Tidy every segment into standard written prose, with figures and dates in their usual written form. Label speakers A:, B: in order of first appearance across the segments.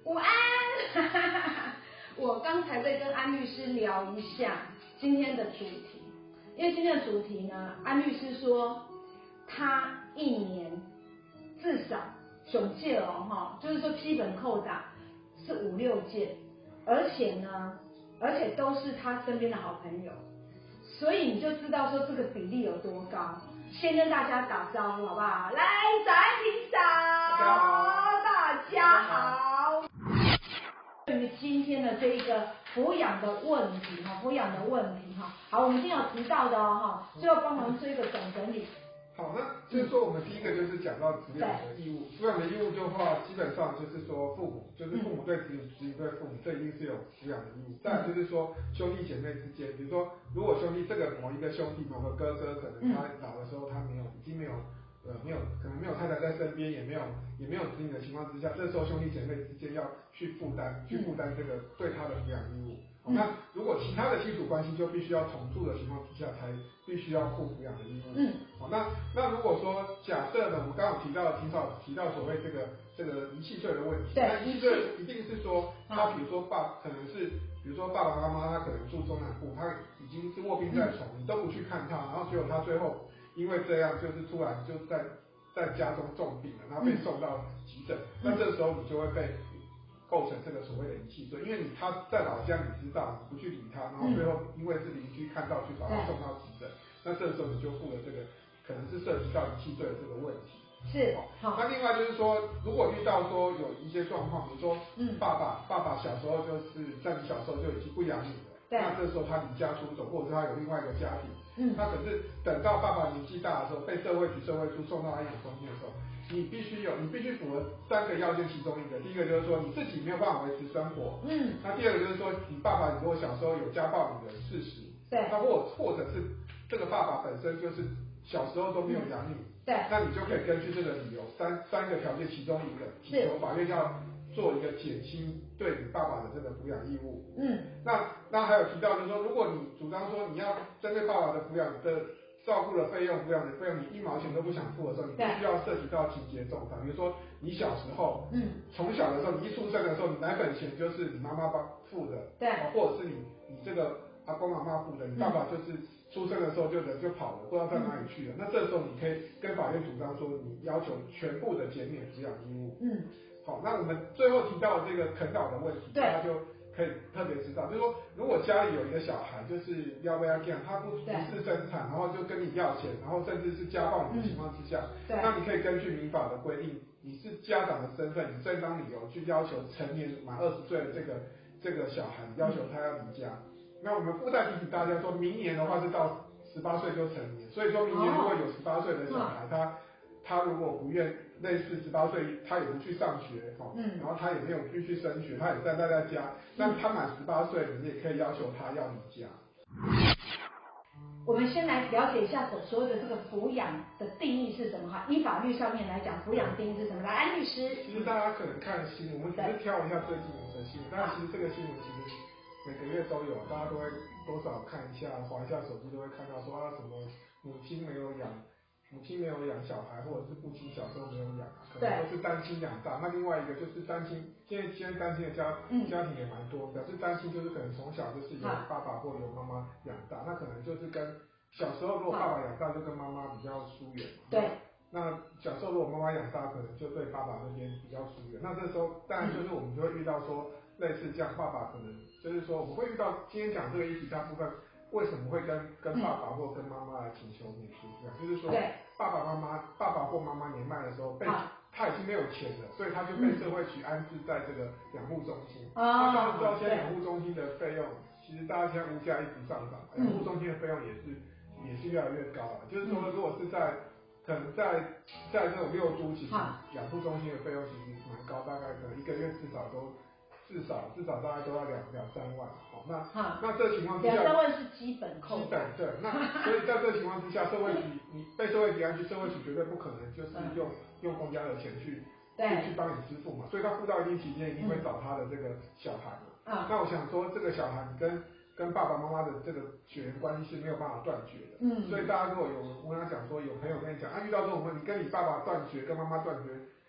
A: 午安，我刚才在跟安律师聊一下今天的主题，因为今天的主题呢，安律师说他一年至少9件就是说基本扣打是5、6件，而且都是他身边的好朋友，所以你就知道说这个比例有多高。先跟大家打招呼好不好？来，早安平嫂，大家好。对于今天的这一个抚养的问题好，我们今天有提到的最后帮忙做一个总整理。
B: 好，那就是说我们第一个就是讲到抚养的义务，抚养的义务的话，基本上就是说父母对子女，子女对父母，这一定是有抚养的义务。再来就是说兄弟姐妹之间，比如说如果兄弟这个某一个兄弟某个哥哥，可能他老的时候他已经没有可能没有太太在身边，也没有子女的情况之下，这时候兄弟姐妹之间要去负担这个对他的抚养义务。那如果其他的亲属关系就必须要同住的情况之下，才必须要负抚养的义务。那如果说假设呢，我们刚刚提到所谓这个遗弃罪的问题，那遗弃罪一定是说他比如说可能是比如说爸爸妈妈他可能住中南部，他已经是卧病在床，你都不去看他，然后结果他最后因为这样就是突然就在家中重病了，然后被送到急诊，那这时候你就会被构成这个所谓的遗弃罪，因为他在老家你知道，你不去理他，然后最后因为是邻居看到去把他送到急诊，那这时候你就负了这个可能是涉及到遗弃罪的这个问题。
A: 是，
B: 好。那另外就是说，如果遇到说有一些状况，比如说爸爸小时候就是在你小时候就已经不养你了，那这时候他离家出走，或者是他有另外一个家庭，他可是等到爸爸年纪大的时候，被社会局社会处送到安养中心的时候，你必须符合3个要件其中一个，第一个就是说你自己没有办法维持生活，那第二个就是说你爸爸如果小时候有家暴你的事实，那或者是这个爸爸本身就是小时候都没有养你，那你就可以根据这个理由三个条件其中一个，请求法院要做一个减轻对你爸爸的这个抚养义务。那还有提到就是说，如果你主张说你要针对爸爸的抚养的照顾的费用，抚养的费用你1毛钱都不想付的时候，你必须要涉及到情节重大，比如说你小时候，从小的时候你一出生的时候，你奶粉钱就是你妈妈付的，或者是你这个阿公阿嬷付的，你爸爸就是出生的时候就人就跑了，不知道在哪里去了，那这时候你可以跟法院主张说你要求全部的减免抚养义务。好，那我们最后提到这个啃老的问题，大家就可以特别知道，就是说如果家里有一个小孩就是要被他这样，他不是生产，然后就跟你要钱，然后甚至是家暴你的情况之下，那你可以根据民法的规定，你是家长的身份，你正当理由去要求成年满20岁的这个小孩，要求他要离家。那我们附带提醒大家说，明年的话是到18岁就成年，所以说明年如果有18岁的小孩，他如果不愿类似18岁，他也不去上学，然后他也没有继续升学，他也待在家，那他满18岁，你也可以要求他要离家。
A: 我们先来了解一下所说的这个抚养的定义是什么哈？依法律上面来讲，抚养定义是什么？来，安律师。
B: 其实大家可能看新闻，我们只是挑一下最近的新闻，但其实这个新闻其实每个月都有，大家都会多少看一下，滑一下手机都会看到说什么母亲没有养小孩，或者是父亲小时候没有养可能都是单亲养大。那另外一个就是单亲，现在单亲的家庭也蛮多，表示单亲就是可能从小就是由爸爸或由妈妈养大，那可能就是跟小时候如果爸爸养大就跟妈妈比较疏远嘛。那小时候如果妈妈养大，可能就对爸爸那边比较疏远。那这时候当然就是我们就会遇到说类似这样，爸爸可能就是说我们会遇到今天讲这个议题大部分。为什么会跟爸爸或跟妈妈来请求免除抚养？就是说，爸爸或妈妈年迈的时候他已经没有钱了，所以他就被社会局安置在这个养护中心。那大家知道现在养护中心的费用，其实大家现在物价一直上涨，养护中心的费用也是越来越高了。就是说，如果是可能在这种6都，其实养护中心的费用其实蛮高，大概可能1个月至少大概都要2、3万。好，那这个情况之下
A: ，2、3万是基本扣。
B: 对，那所以在这个情况之下，你被社会局安置，社会局绝对不可能就是用公家的钱去帮你支付嘛，所以他付到一定期间一定会找他的这个小孩嘛。那我想说，这个小孩你跟爸爸妈妈的这个血缘关系是没有办法断绝的。所以大家如果我跟他讲说，有朋友跟你讲，遇到这种问题，你跟你爸爸断绝，跟妈妈断绝，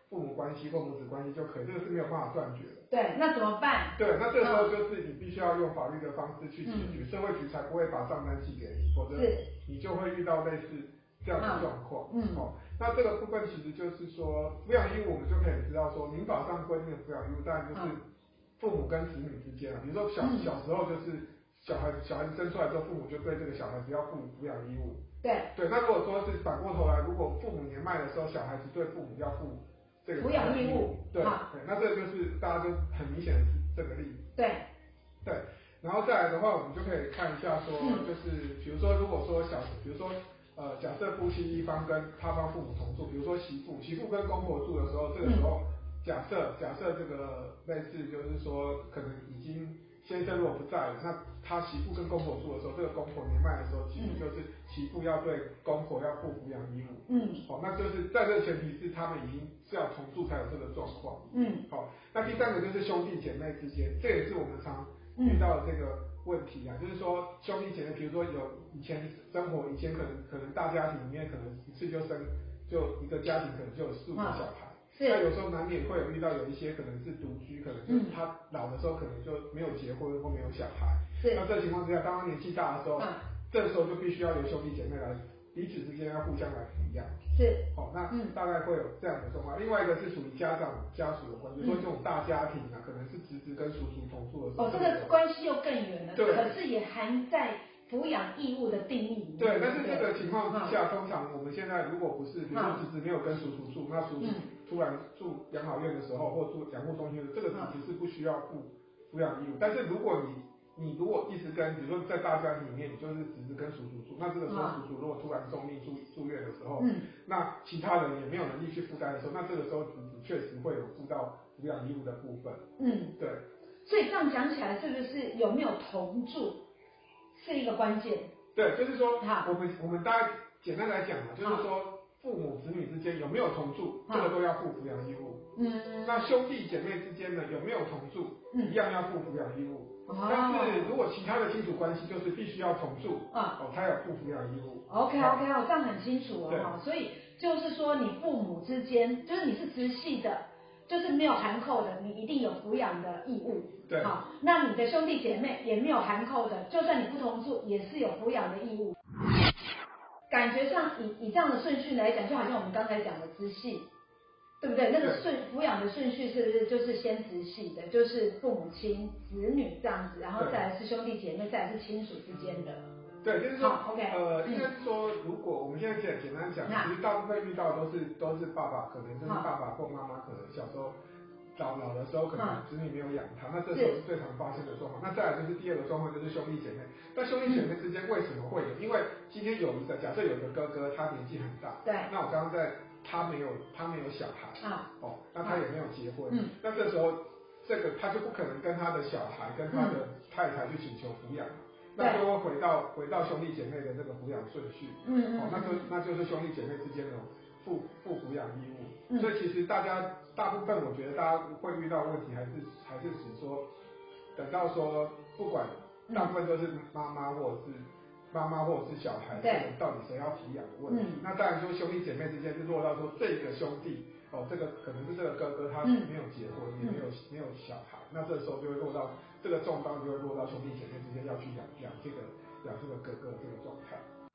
B: 父母关系或母子关系就可以，这个是没有办法断绝的。
A: 对，那怎么办？
B: 对，那这个时候就是你必须要用法律的方式去解决，社会局才不会把账单寄给你，否则你就会遇到类似这样的状况。那这个部分其实就是说，抚养义务我们就可以知道说，民法上规定的抚养义务当然就是父母跟子女之间比如说小时候就是小孩子生出来之后，父母就对这个小孩子要负抚养义务。对，那如果说是反过头来，如果父母年迈的时候，小孩子对父母要负这个
A: 抚养义务。
B: 对，那这个就是大家就很明显的是这个例子。
A: 对，
B: 然后再来的话，我们就可以看一下说，就是比如说如果说比如说假设夫妻一方跟他方父母同住，比如说媳妇跟公婆住的时候，这个时候假设这个类似就是说可能已经先生如果不在了，那他媳妇跟公婆住的时候，这个公婆年迈的时候，其实就是媳妇要对公婆要负抚养义务。那就是在这个前提是他们已经是要同住才有这个状况。那第三个就是兄弟姐妹之间，这也是我们常遇到的这个问题啊，就是说兄弟姐妹，比如说以前可能大家庭里面可能一次就一个家庭可能就有4、5个小孩。那有时候难免会有遇到有一些可能是独居，可能就是他老的时候可能就没有结婚或没有小孩。那这个情况之下，当他年纪大的时候，这个时候就必须要由兄弟姐妹来彼此之间要互相来抚养。那大概会有这样的状况。另外一个是属于家属的关系，比如说这种大家庭可能是侄子跟叔叔同住的时候。
A: 这个关系又更远了。对。可是也含在抚养义务的定义。
B: 对，但是这个情况之下，通常我们现在如果不是，比如说侄子没有跟叔叔住，那叔叔突然住养老院的时候，或住养护中心，这个侄子是不需要负抚养义务。但是如果你如果一直跟，比如说在大家庭里面，你就是侄子跟叔叔住，那这个时候叔叔如果突然重病住院的时候，那其他人也没有能力去负担的时候，那这个时候侄子确实会有负到抚养义务的部分。对。
A: 所以这样讲起来，是不是有没有同住是一个关键？
B: 对，就是说，我们大概简单来讲就是说父母子女之间有没有同住，这个都要负抚养义务。那兄弟姐妹之间呢，有没有同住，一样要负抚养义务。但是如果其他的亲属关系，就是必须要同住，才有负抚养义务。
A: OK， 这样很清楚了。所以就是说，你父母之间，就是你是直系的，就是没有含扣的，你一定有抚养的义务。
B: 对。
A: 那你的兄弟姐妹也没有含扣的，就算你不同住，也是有抚养的义务。感觉上以这样的顺序来讲，就好像我们刚才讲的直系，对不对？那个抚养的顺序是不是就是先直系的，就是父母亲、子女这样子，然后再来是兄弟姐妹，再来是亲属之间的。
B: 对，就是说应该是说，如果我们现在简单讲，其实大部分遇到都是爸爸，可能就是爸爸或妈妈，可能小时候老的时候，可能子女没有养他，那这时候是最常发生的状况。那再来就是第二个状况，就是兄弟姐妹。那兄弟姐妹之间为什么会有？因为今天假设有一个哥哥，他年纪很大，
A: 对，
B: 那我刚刚他没有小孩，那他也没有结婚，那这时候他就不可能跟他的小孩跟他的太太去请求抚养。那就会回到兄弟姐妹的这个抚养顺序。那就是兄弟姐妹之间的负抚养义务。所以其实大部分我觉得大家会遇到问题，还是指说，等到说不管大部分都是妈妈或者是小孩，到底谁要抚养的问题。那当然说兄弟姐妹之间是落到说这个兄弟这个可能是这个哥哥他没有结婚，也没有小孩，那这时候就会落到这个重担就会落到兄弟姐妹之间要去养这个哥哥这个状态。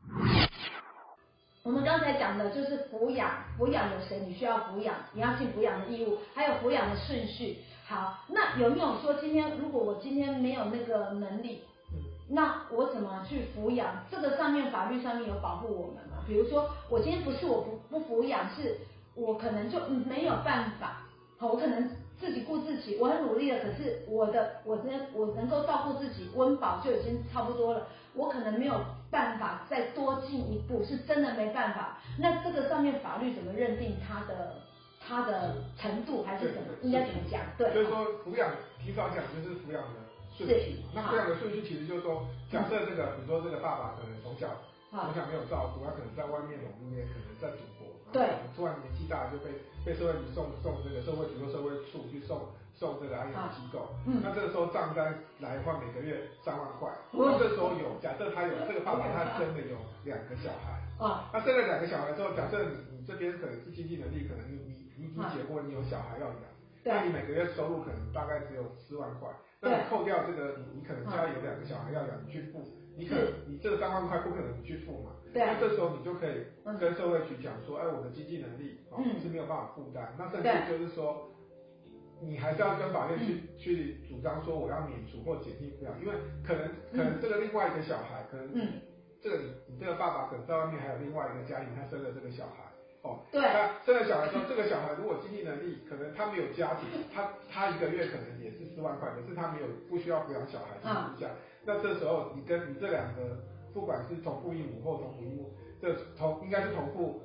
A: 我们刚才讲的就是抚养有谁你需要抚养，你要尽抚养的义务，还有抚养的顺序。好，那有没有说如果我今天没有那个能力，那我怎么去抚养？这个上面法律上面有保护我们吗？比如说我今天不是我不抚养，是我可能就没有办法，我可能自己顾自己，我很努力了，可是我能够照顾自己，温饱就已经差不多了，我可能没有办法再多进一步，是真的没办法。那这个上面法律怎么认定它的程度，还是怎么应该怎么讲？对，
B: 所以说抚养提早讲就是抚养的顺序嘛。那抚养的顺序其实就是说，假设比如说这个爸爸可能从小没有照顾，他可能在外面农业可能在赌博，然后突然年纪大就被社会局送这个社会局或社会处去送这个安养机构。那这个时候账单来的话，每个月3万块。那这时候假设他有这个爸爸，他真的有2个小孩。那生了2个小孩之后，假设你这边可能是经济能力，可能你你已经结婚，你有小孩要养，那你每个月收入可能大概只有4万块，那你扣掉这个，你可能家里有2个小孩要养，你去付，你可能你这个3万块不可能你去付嘛，那这时候你就可以跟社会局讲说，我的经济能力是没有办法负担，那甚至就是说。你还是要跟法院去主张说我要免除或减轻抚养，因为可能这个另外一个小孩，可能这个你这个爸爸可能在外面还有另外一个家庭，他生了这个小孩，
A: 对，
B: 那生了小孩之后，这个小孩如果经济能力可能他没有家庭，他一个月可能也是4万块，可是他不需要抚养小孩情况之下，那这时候你这2个不管是同父异母或同父异母，应该是同父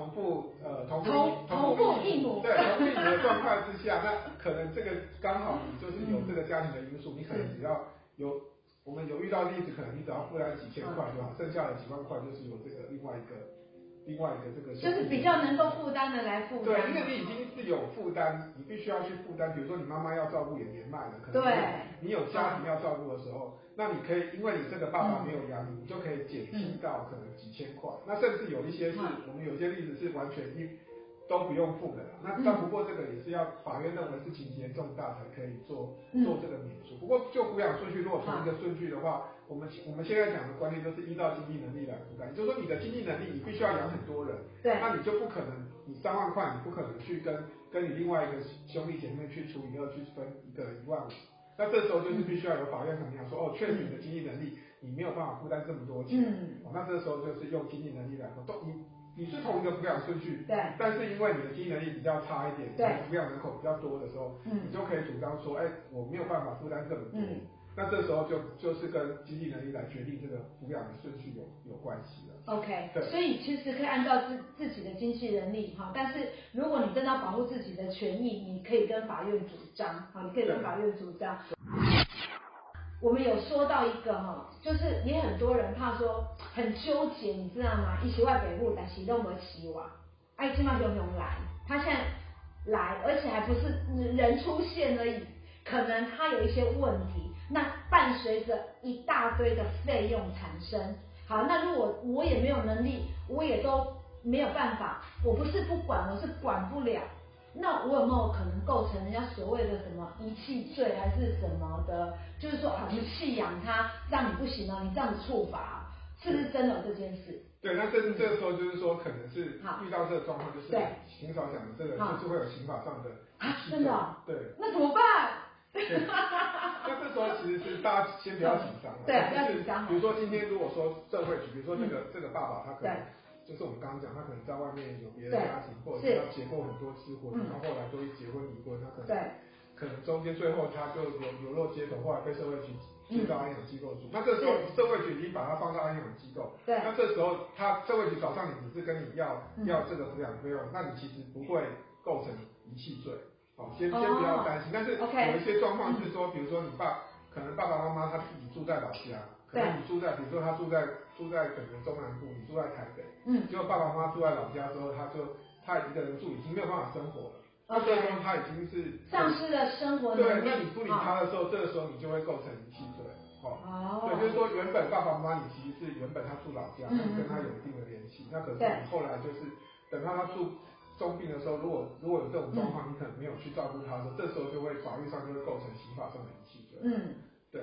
B: 异母，对，同父异母的状况之下，那可能这个刚好你就是有这个家庭的因素，你可能只要我们有遇到例子，可能你只要负担几千块就好，剩下的几万块就是由这个另外一个这个
A: 就是比较能够负担的来负担。
B: 对，因为你已经是有负担，你必须要去负担。比如说你妈妈要照顾也年迈了，可能你有家庭要照顾的时候，那你可以因为你这个爸爸没有养你，你就可以减轻到可能几千块。那甚至有一些是我们有些例子是完全都不用付的啦。那但不过这个也是要法院认为是情节重大才可以做这个免除。不过就抚养顺序，如果同一个顺序的话，我们现在讲的观念就是依照经济能力来负担，也就是说你的经济能力你必须要养很多人，
A: 对，
B: 那你就不可能你3万块你不可能去跟你另外一个兄弟姐妹去除以2去分一个人1万5，那这时候就是必须要有法院衡量说确实你的经济能力你没有办法负担这么多钱，那这时候就是用经济能力来分，你是同一个抚养顺序，
A: 对，
B: 但是因为你的经济能力比较差一点，
A: 对，
B: 抚养人口比较多的时候，你就可以主张说，我没有办法负担这么多，那这时候就是跟经济能力来决定这个抚养的顺序有关系了。
A: OK， 所以其实可以按照自己的经济能力哈，但是如果你真的要保护自己的权益，你可以跟法院主张，好，你可以跟法院主张。我们有说到一个哈，就是也很多人怕说很纠结，你知道吗？一起外北部，但是都没起哇，爱起码熊熊来，他现在来，而且还不是人出现而已，可能他有一些问题，那伴随着一大堆的费用产生。好，那如果我也没有能力，我也都没有办法，我不是不管，我是管不了。那我有没有可能构成人家所谓的什么遗弃罪还是什么的？就是说你弃养他，让你不行了，你这样子处罚，是不是真的有这件事？
B: 对，那这个时候就是说，可能是遇到这个状况，就是刑法讲的这个，就是会有刑法上的
A: 真的，
B: 对，
A: 那怎么办？
B: 那这时候其实是大家先不要紧张，
A: 对，不要紧张。
B: 比如说今天如果说社会局，比如说这个爸爸他可能。就是我们刚刚讲，他可能在外面有别的家庭，或者是他结过很多次婚，然后后来都结婚离婚，他可能中间最后他就流落街头，后来被社会局接到安养机构住。那这时候社会局已经把他放到安养机构，那这时候社会局找上你，只是跟你要这个抚养费用，那你其实不会构成遗弃罪。好，先不要担心。但是有一些状况是说，比如说可能爸爸妈妈他自己住在老家。可能你比如说他住在可能中南部，你住在台北，结果爸爸妈妈住在老家之后，他一个人住已经没有办法生活了，那这时候他已经是
A: 丧失了生活能力。
B: 对，那你不理他的时候，这个时候你就会构成遗弃罪，对，就是说原本爸爸妈妈你其实是原本他住老家，那你跟他有一定的联系，那可是你后来就是等到他住重病的时候，如果有这种状况，你可能没有去照顾他的时候，这时候就会法律上就会构成刑法上的遗弃罪。对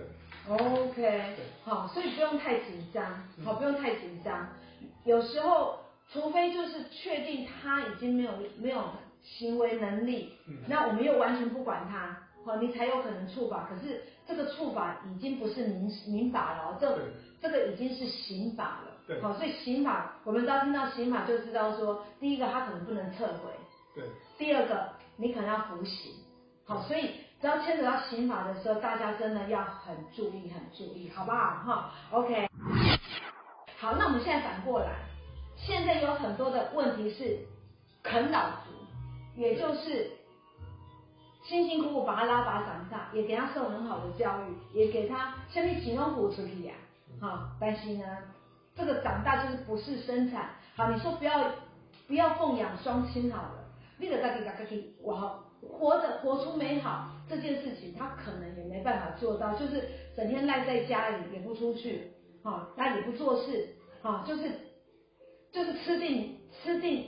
A: ，OK， 好，所以不用太紧张，好，不用太紧张。有时候，除非就是确定他已经没有行为能力，那我们又完全不管他，好，你才有可能处罚。可是这个处罚已经不是民法了，这个已经是刑法了，
B: 对，
A: 好，所以刑法我们只要听到刑法就知道说，第一个他可能不能撤回，
B: 对，
A: 第二个你可能要服刑，好，所以。只要牵扯到刑法的时候，大家真的要很注意，好不好？哈 ，OK。好，那我们现在反过来，现在有很多的问题是啃老族，也就是辛辛苦苦把他拉拔长大，也给他受很好的教育，也给他像你几弄补出去呀，好，但是呢，这个长大就是不是生产。好，你说不要奉养双亲好了，你得自己活出美好这件事情，他可能也没办法做到，就是整天赖在家里，也不出去，那也不做事，就是吃定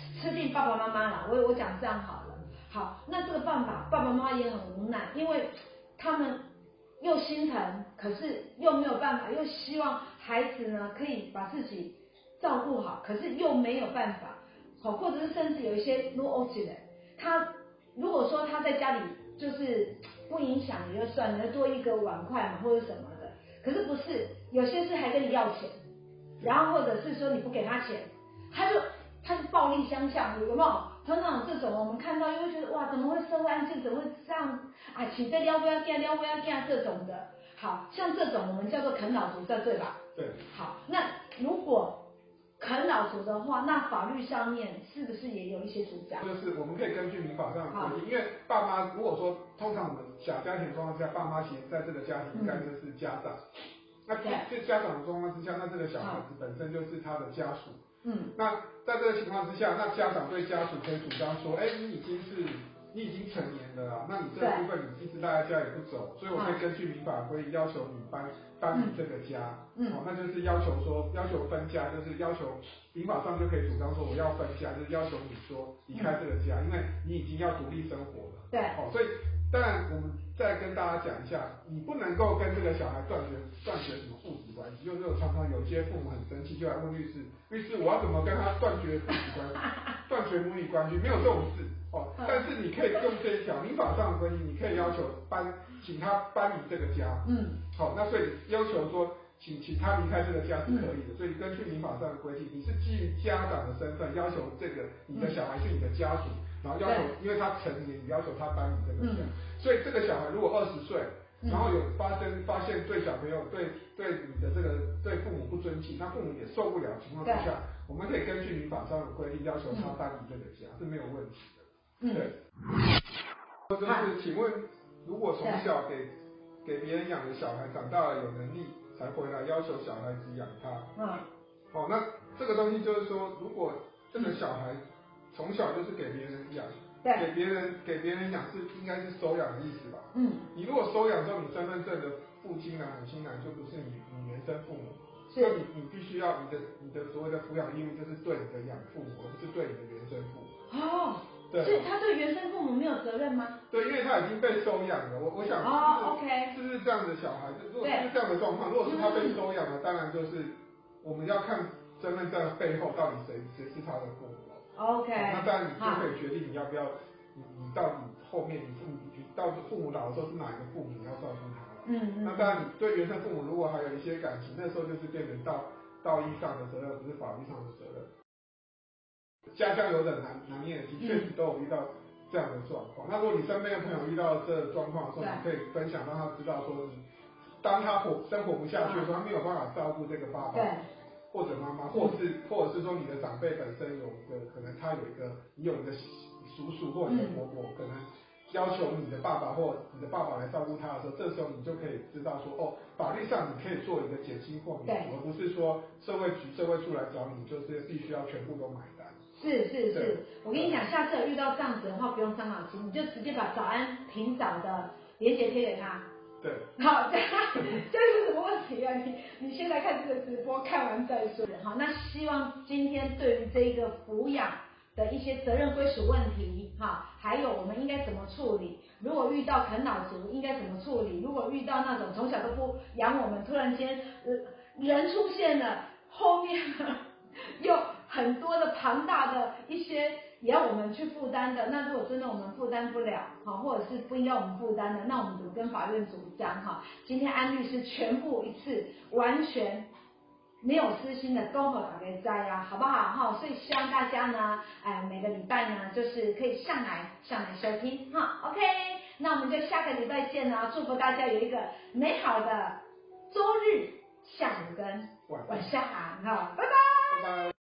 A: 吃定爸爸妈妈了。我讲这样好了。好，那这个办法爸爸妈妈也很无奈，因为他们又心疼，可是又没有办法，又希望孩子呢可以把自己照顾好，可是又没有办法。好，或者是甚至有一些如果他如果说他在家里就是不影响也就算了，多一个碗筷嘛或者什么的，可是不是，有些是还跟你要钱，然后或者是说你不给他钱，他就暴力相向，有没有？通常这种我们看到又会觉得哇，怎么会社会案件怎么会这样啊？起在撩不要干，撩不要干这种的，好像这种我们叫做啃老族，对吧？
B: 对。
A: 好，那如果啃老族的话，那法律上面是不是也有一些主张？
B: 就是我们可以根据民法上的规定，因为爸妈如果说通常我们小家庭状况下，爸妈其实在这个家庭应该就是家长。那这家长的状况之下，那这个小孩子本身就是他的家属。那在这个情况之下，那家长对家属可以主张说，你已经成年了啊，那你这个部分你一直待在家里不走，所以我可以根据民法规定要求你搬离这个家。那就是要求分家，就是要求民法上就可以主张说我要分家，就是要求你说离开这个家，因为你已经要独立生活了。
A: 对。
B: 所以当然我们再跟大家讲一下，你不能够跟这个小孩断绝什么父子关系。就是常常有些父母很生气，就来问律师我要怎么跟他断绝父子关系，断绝母女关系？没有这种事。但是你可以用这一条民法上的规定，你可以要求请他搬离这个家。好，那所以要求说请他离开这个家是可以的。所以根据民法上的规定，你是基于家长的身份要求你的小孩是你的家属，然后要求因为他成年，你要求他搬离这个家。所以这个小孩如果20岁，然后有发现对小朋友对你的这个对父母不尊敬，那父母也受不了情况之下，我们可以根据民法上的规定要求他搬离这个家，是没有问题的。对。就是请问，如果从小给别人养的小孩长大了有能力才回来要求小孩子养他，那这个东西就是说，如果这个小孩从小就是给别人养，给别人养是应该是收养的意思吧？你如果收养之后，你身份证的父亲母亲就不是你原生父母，那你必须要你的所谓的抚养义务就是对你的养父母，而不是对你的原生父母。对，
A: 所以他对原生父母没有责任吗？
B: 对，因为他已经被收养了。我想是不是这样的小孩？如果是这样的状况，如果是他被收养了，当然就是我们要看身份证背后到底谁是他的父母。
A: OK。
B: 那当然你就可以决定你要不要，你到底后面你到父母老的时候是哪一个父母你要照顾他了。那当然你对原生父母如果还有一些感情，那时候就是变成道义上的责任，不是法律上的责任。家乡有点难念的经，确实都有遇到这样的状况。那如果你身边的朋友遇到这个状况的时候，你可以分享让他知道说，当他生活不下去的时候，他没有办法照顾这个爸爸或者妈妈，或者是说你的长辈本身有一个可能你有一个叔叔或者你的婆婆可能要求你的爸爸或你的爸爸来照顾他的时候，这时候你就可以知道说，法律上你可以做一个减轻或免除，而不是说社会处来找你，就是必须要全部都买单。
A: 是，我跟你讲，下次有遇到这样子的话，不用伤脑筋，你就直接把早安挺早的连结贴给他。
B: 对。
A: 好，这有什么问题啊？你先来看这个直播，看完再说。好，那希望今天对于这一个抚养的一些责任归属问题，还有我们应该怎么处理？如果遇到啃老族应该怎么处理？如果遇到那种从小都不养我们，突然间人出现了，后面又很多的庞大的一些也要我们去负担的，那如果真的我们负担不了，或者是不应该我们负担的，那我们就跟法院主张，今天安律师全部一次完全没有私心的综合打给摘啊，好不好？所以希望大家呢，每个礼拜呢，就是可以上来收听，OK， 那我们就下个礼拜见了，祝福大家有一个美好的周日下午跟晚上，拜拜。